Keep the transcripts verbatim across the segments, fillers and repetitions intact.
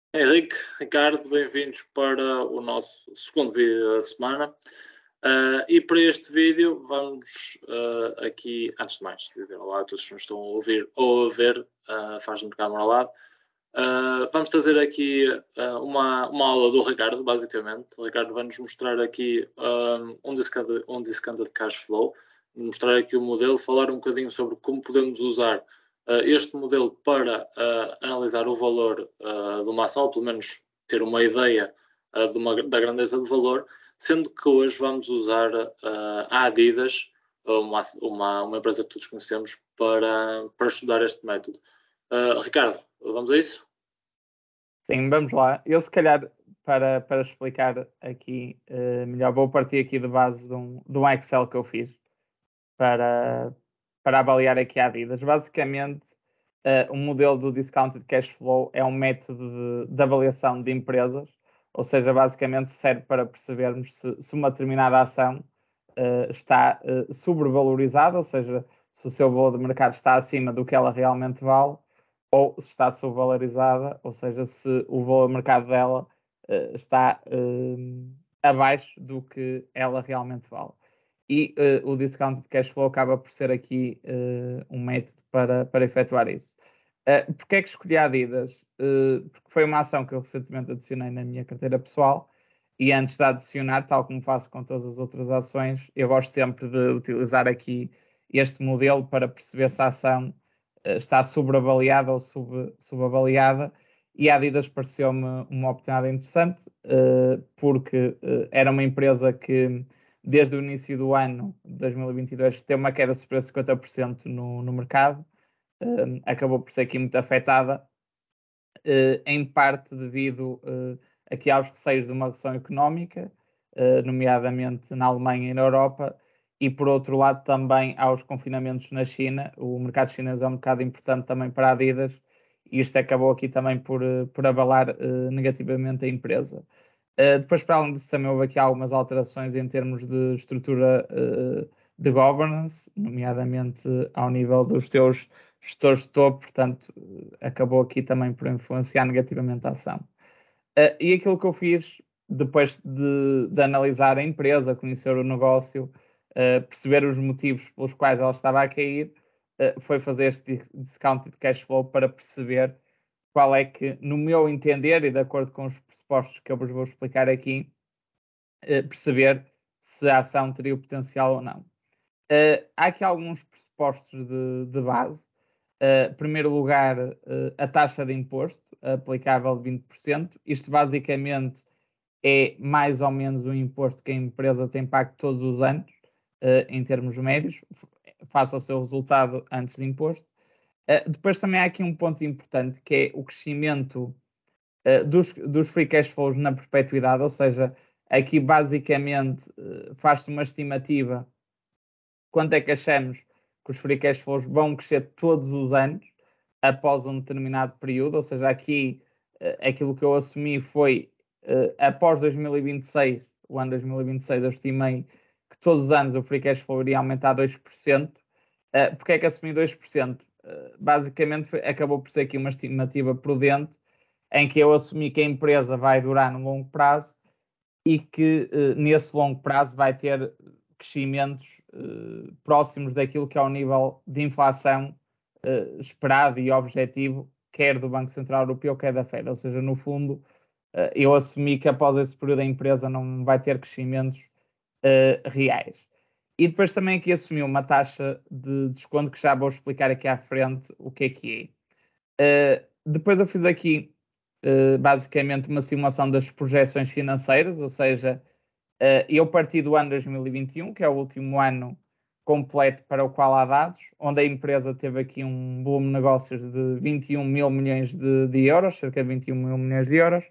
Henrique, Ricardo, bem-vindos para o nosso segundo vídeo da semana. Uh, e para este vídeo vamos uh, aqui, antes de mais, dizer olá a todos que nos estão a ouvir ou a ver, uh, faz-me câmera ao lado. Uh, vamos trazer aqui uh, uma, uma aula do Ricardo, basicamente. O Ricardo vai-nos mostrar aqui um, um, discounted, um discounted cash flow, mostrar aqui o modelo, falar um bocadinho sobre como podemos usar uh, este modelo para uh, analisar o valor uh, de uma ação, ou pelo menos ter uma ideia uh, de uma, da grandeza do valor, sendo que hoje vamos usar uh, a Adidas, uma, uma, uma empresa que todos conhecemos, para, para estudar este método. Uh, Ricardo, vamos a isso? Sim, vamos lá. Eu, se calhar, para, para explicar aqui uh, melhor, vou partir aqui de base de um, de um Excel que eu fiz para, para avaliar aqui a Adidas. Basicamente, uh, o modelo do Discounted Cash Flow é um método de, de avaliação de empresas, ou seja, basicamente serve para percebermos se, se uma determinada ação uh, está uh, sobrevalorizada, ou seja, se o seu valor de mercado está acima do que ela realmente vale, ou se está subvalorizada, ou seja, se o valor de mercado dela uh, está uh, abaixo do que ela realmente vale. E uh, o Discounted Cash Flow acaba por ser aqui uh, um método para, para efetuar isso. Uh, Porquê é que escolhi a Adidas? Uh, porque foi uma ação que eu recentemente adicionei na minha carteira pessoal e antes de adicionar, tal como faço com todas as outras ações, eu gosto sempre de utilizar aqui este modelo para perceber se a ação está sobreavaliada ou sub, subavaliada, e a Adidas pareceu-me uma oportunidade interessante, uh, porque uh, era uma empresa que, desde o início do ano de dois mil e vinte e dois, teve uma queda superior a cinquenta por cento no, no mercado, uh, acabou por ser aqui muito afetada, uh, em parte devido uh, aqui aos receios de uma recessão económica, uh, nomeadamente na Alemanha e na Europa, e por outro lado também aos confinamentos na China. O mercado chinês é um mercado importante também para a Adidas e isto acabou aqui também por, por abalar uh, negativamente a empresa. Uh, depois, para além disso, também houve aqui algumas alterações em termos de estrutura uh, de governance, nomeadamente ao nível dos teus gestores de topo, portanto, uh, acabou aqui também por influenciar negativamente a ação. Uh, e aquilo que eu fiz, depois de, de analisar a empresa, conhecer o negócio, Uh, perceber os motivos pelos quais ela estava a cair, uh, foi fazer este discounted cash flow para perceber qual é que, no meu entender e de acordo com os pressupostos que eu vos vou explicar aqui, uh, perceber se a ação teria o potencial ou não. Uh, há aqui alguns pressupostos de, de base. Em uh, primeiro lugar, uh, a taxa de imposto aplicável de vinte por cento. Isto basicamente é mais ou menos o imposto que a empresa tem pago todos os anos, uh, em termos médios, face ao seu resultado antes de imposto. Uh, depois também há aqui um ponto importante, que é o crescimento uh, dos, dos free cash flows na perpetuidade, ou seja, aqui basicamente uh, faz-se uma estimativa quanto é que achamos que os free cash flows vão crescer todos os anos após um determinado período, ou seja, aqui uh, aquilo que eu assumi foi uh, após dois mil e vinte e seis, o ano dois mil e vinte e seis, eu estimei que todos os anos o free cash flow iria aumentar dois por cento. Uh, Porquê é que assumi dois por cento? Uh, basicamente foi, acabou por ser aqui uma estimativa prudente, em que eu assumi que a empresa vai durar no longo prazo e que uh, nesse longo prazo vai ter crescimentos uh, próximos daquilo que é o nível de inflação uh, esperado e objetivo, quer do Banco Central Europeu, quer da Fed. Ou seja, no fundo, uh, eu assumi que após esse período a empresa não vai ter crescimentos uh, reais. E depois também aqui assumi uma taxa de desconto que já vou explicar aqui à frente o que é que é. Uh, depois eu fiz aqui uh, basicamente uma simulação das projeções financeiras, ou seja, Uh, eu parti do ano dois mil e vinte e um, que é o último ano completo para o qual há dados, onde a empresa teve aqui um volume de negócios de vinte e um mil milhões de, de euros, cerca de vinte e um mil milhões de euros.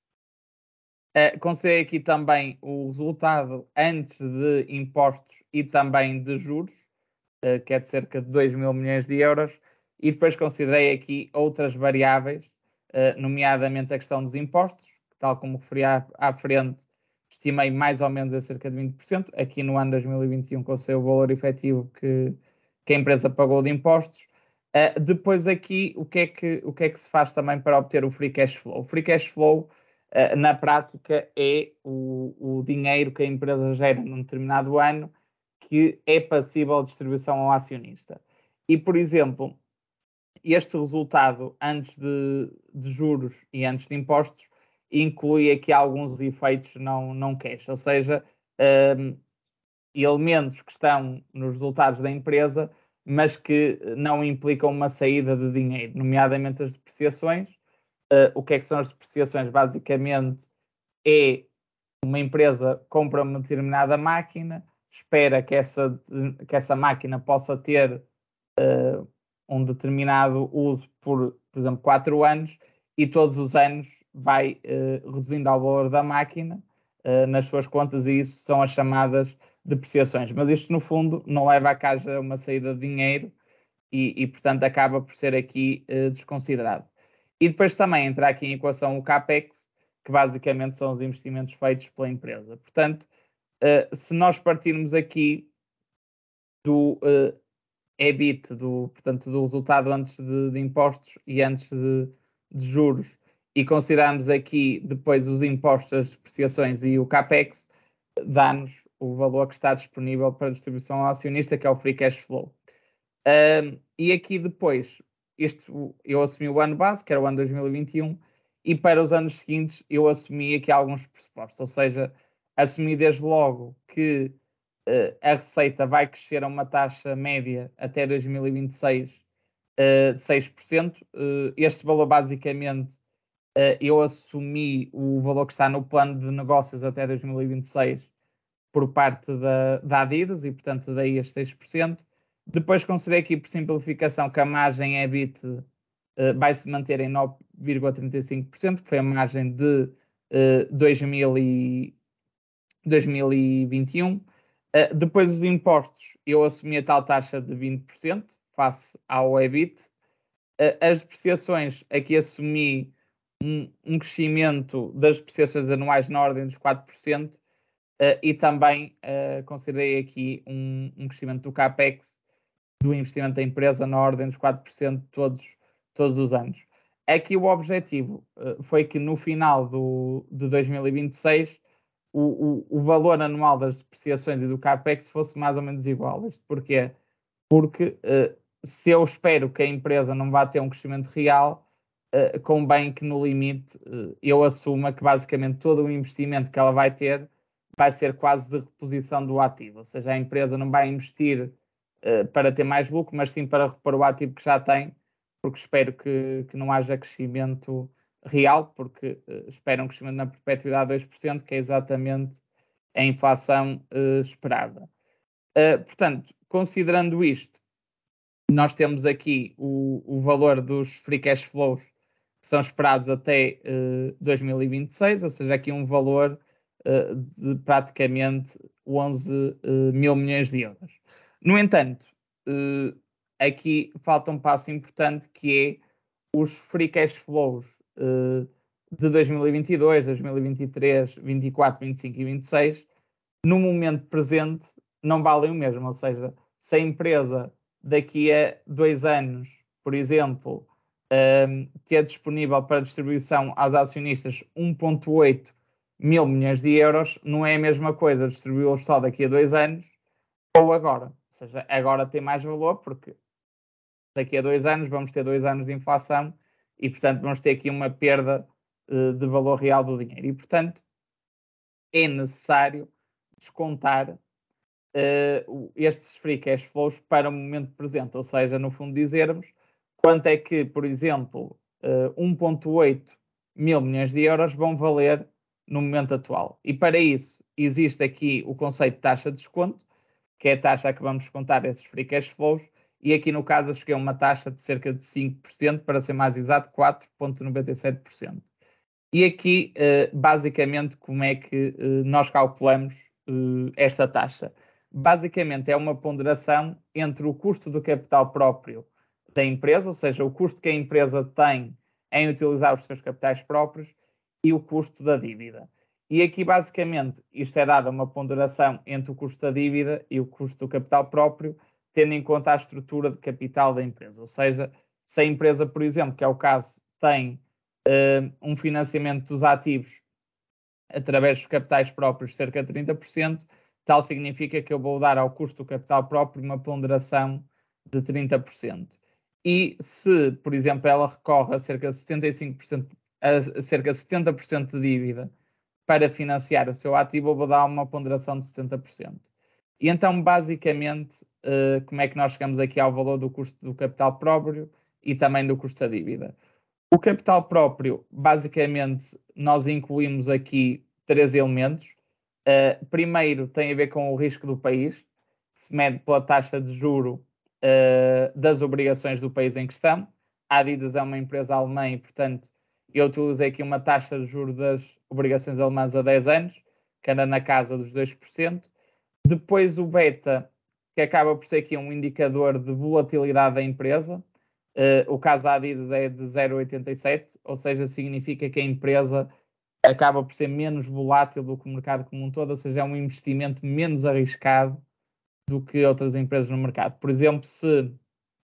Uh, considerei aqui também o resultado antes de impostos e também de juros, uh, que é de cerca de dois mil milhões de euros, e depois considerei aqui outras variáveis, uh, nomeadamente a questão dos impostos, que, tal como referi à, à frente, estimei mais ou menos a cerca de vinte por cento. Aqui no ano dois mil e vinte e um, com o seu valor efetivo que, que a empresa pagou de impostos. Uh, depois aqui, o que, é que, o que é que se faz também para obter o Free Cash Flow? O Free Cash Flow, uh, na prática, é o, o dinheiro que a empresa gera num determinado ano que é passível de distribuição ao acionista. E, por exemplo, este resultado antes de, de juros e antes de impostos inclui aqui alguns efeitos não, não cash, ou seja, um, elementos que estão nos resultados da empresa, mas que não implicam uma saída de dinheiro, nomeadamente as depreciações. Uh, o que é que são as depreciações? Basicamente é uma empresa compra uma determinada máquina, espera que essa, que essa máquina possa ter uh, um determinado uso por, por exemplo, quatro anos, e todos os anos vai uh, reduzindo ao valor da máquina uh, nas suas contas, e isso são as chamadas depreciações. Mas isto, no fundo, não leva a que haja uma saída de dinheiro e, e portanto, acaba por ser aqui uh, desconsiderado. E depois também entra aqui em equação o CAPEX, que basicamente são os investimentos feitos pela empresa. Portanto, uh, se nós partirmos aqui do uh, E B I T, do, portanto, do resultado antes de, de impostos e antes de, de juros, e considerarmos aqui depois os impostos, as depreciações e o CAPEX, dá-nos o valor que está disponível para distribuição ao acionista, que é o Free Cash Flow. Um, e aqui depois, isto, eu assumi o ano base, que era o ano dois mil e vinte e um, e para os anos seguintes eu assumi aqui alguns pressupostos, ou seja, assumi desde logo que uh, a receita vai crescer a uma taxa média até dois mil e vinte e seis uh, de seis por cento. Uh, este valor basicamente uh, eu assumi o valor que está no plano de negócios até dois mil e vinte e seis por parte da, da Adidas, e portanto daí este seis por cento. Depois considerei aqui por simplificação que a margem E B I T uh, vai se manter em nove vírgula trinta e cinco por cento, que foi a margem de uh, dois mil e vinte e um. Uh, depois os impostos, eu assumi a tal taxa de vinte por cento face ao E B I T. Uh, as depreciações, aqui assumi um, um crescimento das depreciações anuais na ordem dos quatro por cento. Uh, e também uh, considerei aqui um, um crescimento do CAPEX, do investimento da empresa, na ordem dos quatro por cento todos, todos os anos. Aqui o objetivo uh, foi que no final do, de dois mil e vinte e seis o, o, o valor anual das depreciações e do CAPEX fosse mais ou menos igual. Isto porquê? Porque uh, se eu espero que a empresa não vá ter um crescimento real, uh, convém que no limite uh, eu assuma que basicamente todo o investimento que ela vai ter vai ser quase de reposição do ativo, ou seja, a empresa não vai investir uh, para ter mais lucro, mas sim para repor o ativo que já tem, porque espero que, que não haja crescimento real, porque uh, espero um crescimento na perpetuidade de dois por cento, que é exatamente a inflação uh, esperada. Uh, portanto, considerando isto, nós temos aqui o, o valor dos free cash flows que são esperados até uh, dois mil e vinte e seis, ou seja, aqui um valor uh, de praticamente onze uh, mil milhões de euros. No entanto, uh, aqui falta um passo importante, que é os free cash flows uh, de dois mil e vinte e dois, dois mil e vinte e três, vinte e quatro, vinte e cinco e vinte e seis, no momento presente não valem o mesmo, ou seja, se a empresa daqui a dois anos, por exemplo, um, ter disponível para distribuição aos acionistas um vírgula oito mil milhões de euros, não é a mesma coisa distribuí-los só daqui a dois anos ou agora. Ou seja, agora tem mais valor porque daqui a dois anos vamos ter dois anos de inflação e, portanto, vamos ter aqui uma perda uh, de valor real do dinheiro. E, portanto, é necessário descontar uh, estes free cash flows para o momento presente, ou seja, no fundo dizermos quanto é que, por exemplo, uh, um vírgula oito mil milhões de euros vão valer no momento atual. E para isso existe aqui o conceito de taxa de desconto, que é a taxa a que vamos descontar esses free cash flows, e aqui no caso eu cheguei a uma taxa de cerca de cinco por cento, para ser mais exato, quatro vírgula noventa e sete por cento. E aqui, uh, basicamente, como é que uh, nós calculamos uh, esta taxa? Basicamente é uma ponderação entre o custo do capital próprio da empresa, ou seja, o custo que a empresa tem em utilizar os seus capitais próprios, e o custo da dívida. E aqui, basicamente, isto é dado a uma ponderação entre o custo da dívida e o custo do capital próprio, tendo em conta a estrutura de capital da empresa. Ou seja, se a empresa, por exemplo, que é o caso, tem uh, um financiamento dos ativos através dos capitais próprios cerca de trinta por cento, tal significa que eu vou dar ao custo do capital próprio uma ponderação de trinta por cento. E se, por exemplo, ela recorre a cerca de setenta e cinco por cento, a cerca de setenta por cento de dívida para financiar o seu ativo, eu vou dar uma ponderação de setenta por cento. E então, basicamente, uh, como é que nós chegamos aqui ao valor do custo do capital próprio e também do custo da dívida? O capital próprio, basicamente, nós incluímos aqui três elementos. Uh, primeiro, tem a ver com o risco do país, que se mede pela taxa de juro uh, das obrigações do país em questão. A Adidas é uma empresa alemã e, portanto, eu utilizei aqui uma taxa de juro das obrigações alemãs a dez anos, que anda na casa dos dois por cento. Depois o beta, que acaba por ser aqui um indicador de volatilidade da empresa. Uh, o caso da Adidas é de zero vírgula oitenta e sete, ou seja, significa que a empresa acaba por ser menos volátil do que o mercado como um todo, ou seja, é um investimento menos arriscado do que outras empresas no mercado. Por exemplo, se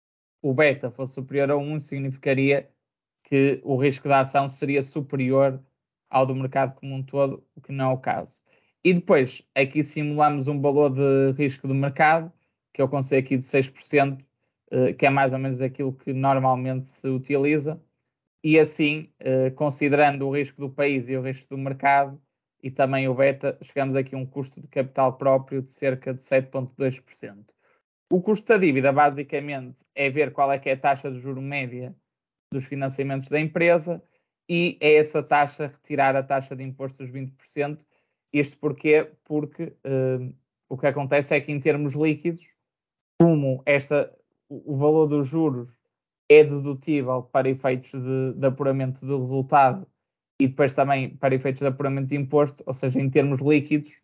o beta fosse superior a um, significaria que o risco da ação seria superior ao do mercado como um todo, o que não é o caso. E depois, aqui simulamos um valor de risco do mercado, que eu consigo aqui de seis por cento, que é mais ou menos aquilo que normalmente se utiliza, e assim, considerando o risco do país e o risco do mercado, e também o beta, chegamos aqui a um custo de capital próprio de cerca de sete vírgula dois por cento. O custo da dívida, basicamente, é ver qual é que é a taxa de juro média dos financiamentos da empresa e é essa taxa retirar a taxa de imposto dos vinte por cento. Isto porquê? Porque uh, o que acontece é que em termos líquidos, como esta, o, o valor dos juros é dedutível para efeitos de, de apuramento do resultado e depois também para efeitos de apuramento de imposto, ou seja, em termos líquidos,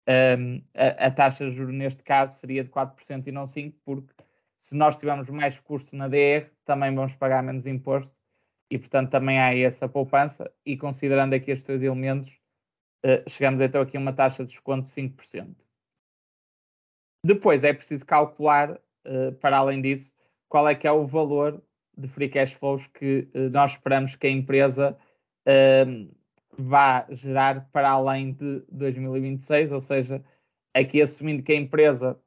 um, a, a taxa de juros neste caso seria de quatro por cento e não cinco por cento, porque se nós tivermos mais custo na D R, também vamos pagar menos imposto e, portanto, também há essa poupança. E considerando aqui estes dois elementos, uh, chegamos então aqui a uma taxa de desconto de cinco por cento. Depois é preciso calcular, uh, para além disso, qual é que é o valor de free cash flows que uh, nós esperamos que a empresa uh, vá gerar para além de dois mil e vinte e seis, ou seja, aqui assumindo que a empresa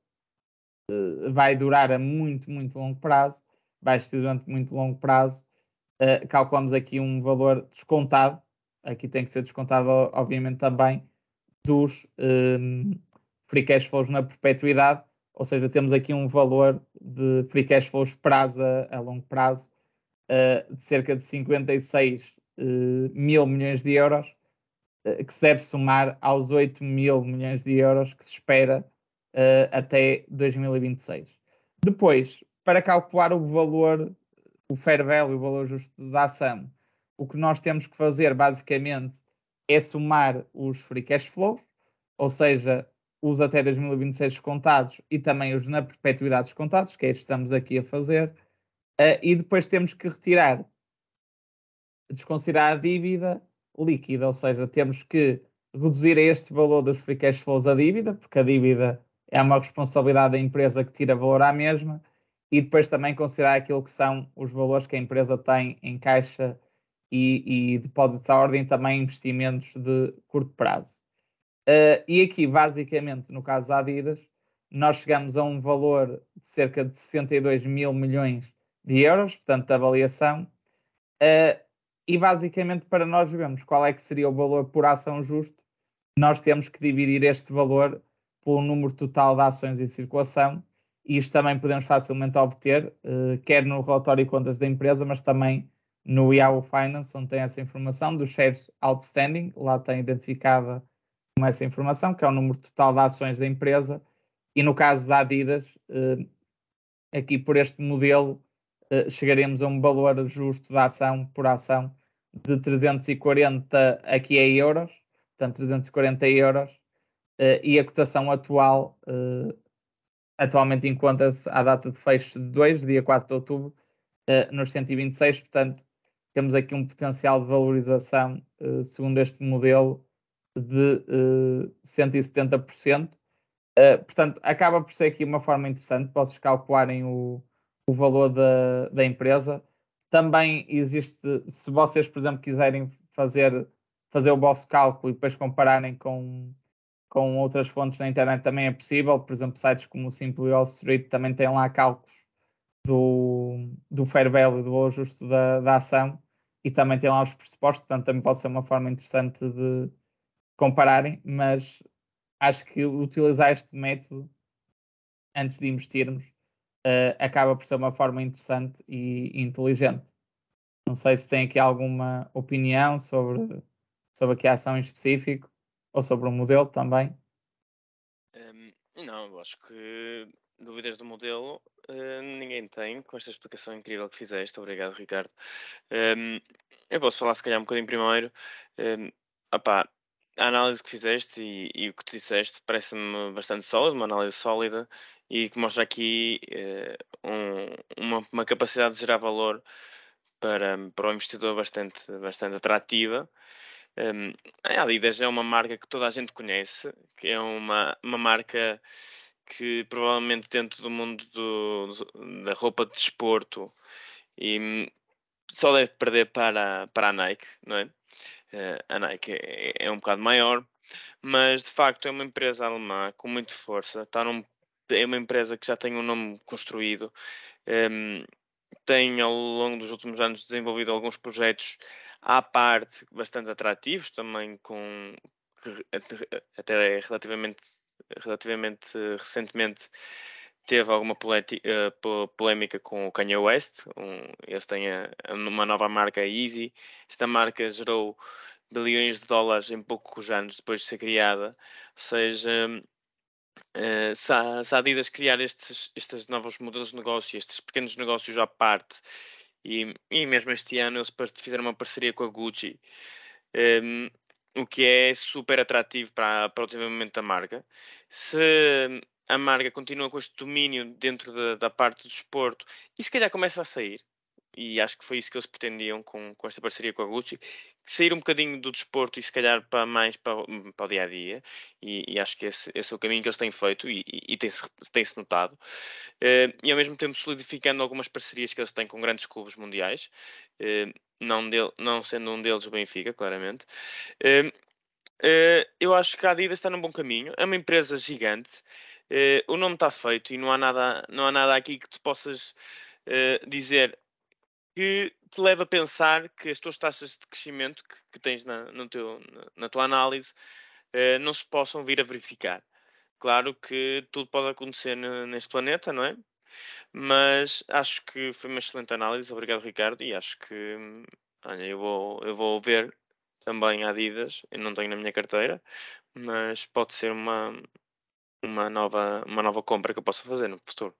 uh, vai durar a muito, muito longo prazo, vai existir durante muito longo prazo, uh, calculamos aqui um valor descontado, aqui tem que ser descontado, obviamente, também, dos um, free cash flows na perpetuidade, ou seja, temos aqui um valor de free cash flows esperados a, a longo prazo uh, de cerca de cinquenta e seis uh, mil milhões de euros, uh, que se deve somar aos oito mil milhões de euros que se espera uh, até dois mil e vinte e seis. Depois, para calcular o valor, o fair value, o valor justo da ação, o que nós temos que fazer basicamente é somar os free cash flows, ou seja, os até dois mil e vinte e seis descontados e também os na perpetuidade descontados, que é isso que estamos aqui a fazer, uh, e depois temos que retirar, desconsiderar a dívida líquida, ou seja, temos que reduzir a este valor dos free cash flows a dívida, porque a dívida é uma responsabilidade da empresa que tira valor à mesma, e depois também considerar aquilo que são os valores que a empresa tem em caixa e, e depósitos à ordem, também investimentos de curto prazo. Uh, e aqui, basicamente, no caso da Adidas, nós chegamos a um valor de cerca de sessenta e dois mil milhões de euros, portanto, de avaliação, uh, e basicamente para nós vermos qual é que seria o valor por ação justo, nós temos que dividir este valor pelo número total de ações em circulação, e isto também podemos facilmente obter, uh, quer no relatório de contas da empresa, mas também no Yahoo Finance, onde tem essa informação dos shares outstanding, lá tem identificada com essa informação, que é o número total de ações da empresa, e no caso da Adidas, uh, aqui por este modelo, uh, chegaremos a um valor justo da ação por ação de trezentos e quarenta aqui é euros, portanto trezentos e quarenta euros, uh, e a cotação atual uh, atualmente encontra-se à data de fecho de dois, dia quatro de outubro, uh, nos cento e vinte e seis, portanto temos aqui um potencial de valorização, uh, segundo este modelo, de uh, cento e setenta por cento, Uh, portanto, acaba por ser aqui uma forma interessante para vocês calcularem o, o valor da, da empresa. Também existe, se vocês, por exemplo, quiserem fazer, fazer o vosso cálculo e depois compararem com, com outras fontes na internet, também é possível. Por exemplo, sites como o Simply Wall Street também têm lá cálculos do, do fair value, do valor justo da, da ação, e também tem lá os pressupostos, portanto também pode ser uma forma interessante de compararem, mas acho que utilizar este método antes de investirmos uh, acaba por ser uma forma interessante e, e inteligente. Não sei se tem aqui alguma opinião sobre, sobre aqui a ação em específico ou sobre o modelo também. Um, não, eu acho que dúvidas do modelo uh, ninguém tem com esta explicação incrível que fizeste. Obrigado, Ricardo. Um, eu posso falar se calhar um bocadinho primeiro. Um, opá, a análise que fizeste e, e o que tu disseste parece-me bastante sólida, uma análise sólida e que mostra aqui uh, um, uma, uma capacidade de gerar valor para, para o investidor bastante, bastante atrativa. Um, a Adidas é uma marca que toda a gente conhece, que é uma, uma marca que provavelmente dentro do mundo do, da roupa de desporto e só deve perder para, para a Nike, não é? Uh, a Nike é, é um bocado maior, mas de facto é uma empresa alemã com muita força, está num, é uma empresa que já tem um nome construído, um, tem ao longo dos últimos anos desenvolvido alguns projetos à parte bastante atrativos, também com até relativamente, relativamente recentemente teve alguma polémica com o Kanye West. Um, eles têm a, uma nova marca, Yeezy. Esta marca gerou bilhões de dólares em poucos anos depois de ser criada. Ou seja, Uh, se, a, se a Adidas criar estes, estes novos modelos de negócio, estes pequenos negócios à parte, e, e mesmo este ano eles fizeram uma parceria com a Gucci, um, o que é super atrativo para, para o desenvolvimento da marca. Se a marca continua com este domínio dentro da, da parte do desporto e se calhar começa a sair, e acho que foi isso que eles pretendiam com, com esta parceria com a Gucci, sair um bocadinho do desporto e se calhar para mais para, para o dia a dia, e, e acho que esse, esse é o caminho que eles têm feito e, e, e tem-se, tem-se notado, uh, e ao mesmo tempo solidificando algumas parcerias que eles têm com grandes clubes mundiais, uh, não, de, não sendo um deles o Benfica, claramente. Uh, uh, eu acho que a Adidas está num bom caminho, é uma empresa gigante, uh, o nome está feito e não há nada, não há nada aqui que tu possas uh, dizer que te leva a pensar que as tuas taxas de crescimento que, que tens na, no teu, na, na tua análise uh, não se possam vir a verificar. Claro que tudo pode acontecer no, neste planeta, não é? Mas acho que foi uma excelente análise. Obrigado, Ricardo. E acho que, olha, eu vou, eu vou ver também a Adidas. Eu não tenho na minha carteira, mas pode ser uma, uma, nova, uma nova compra que eu possa fazer no futuro.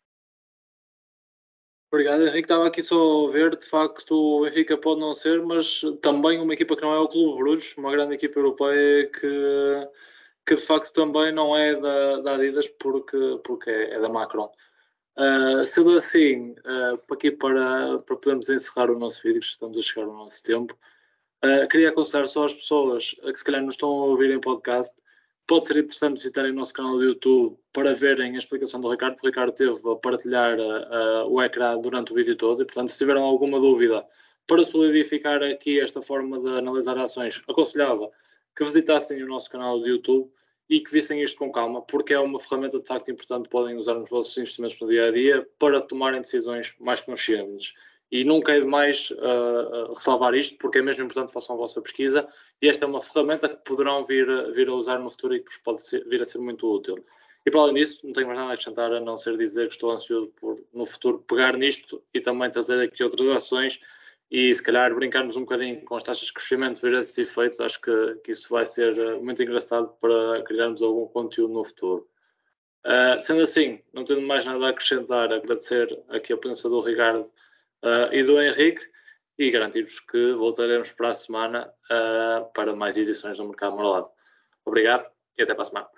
Obrigado, Henrique. Estava aqui só a ver, de facto, o Benfica pode não ser, mas também uma equipa que não é o Clube Bruges, uma grande equipa europeia que, que de facto também não é da, da Adidas porque, porque é, é da Macron. Uh, sendo assim, uh, aqui para, para podermos encerrar o nosso vídeo, que estamos a chegar ao nosso tempo, uh, queria aconselhar só as pessoas que se calhar nos estão a ouvir em podcast. Pode ser interessante visitarem o nosso canal do YouTube para verem a explicação do Ricardo, porque o Ricardo teve a partilhar uh, uh, o ecrã durante o vídeo todo e, portanto, se tiveram alguma dúvida para solidificar aqui esta forma de analisar ações, aconselhava que visitassem o nosso canal do YouTube e que vissem isto com calma, porque é uma ferramenta de facto importante que podem usar nos vossos investimentos no dia a dia para tomarem decisões mais conscientes. E nunca é demais uh, ressalvar isto, porque é mesmo importante que façam a vossa pesquisa e esta é uma ferramenta que poderão vir, vir a usar no futuro e que vos pode ser, vir a ser muito útil. E para além disso, não tenho mais nada a acrescentar a não ser dizer que estou ansioso por, no futuro, pegar nisto e também trazer aqui outras ações e se calhar brincarmos um bocadinho com as taxas de crescimento, ver esses efeitos. Acho que, que isso vai ser muito engraçado para criarmos algum conteúdo no futuro. Uh, sendo assim, não tendo mais nada a acrescentar, agradecer aqui a presença do Ricardo uh, e do Henrique e garantir-vos que voltaremos para a semana uh, para mais edições do Mercado Marolado. Obrigado e até para a semana.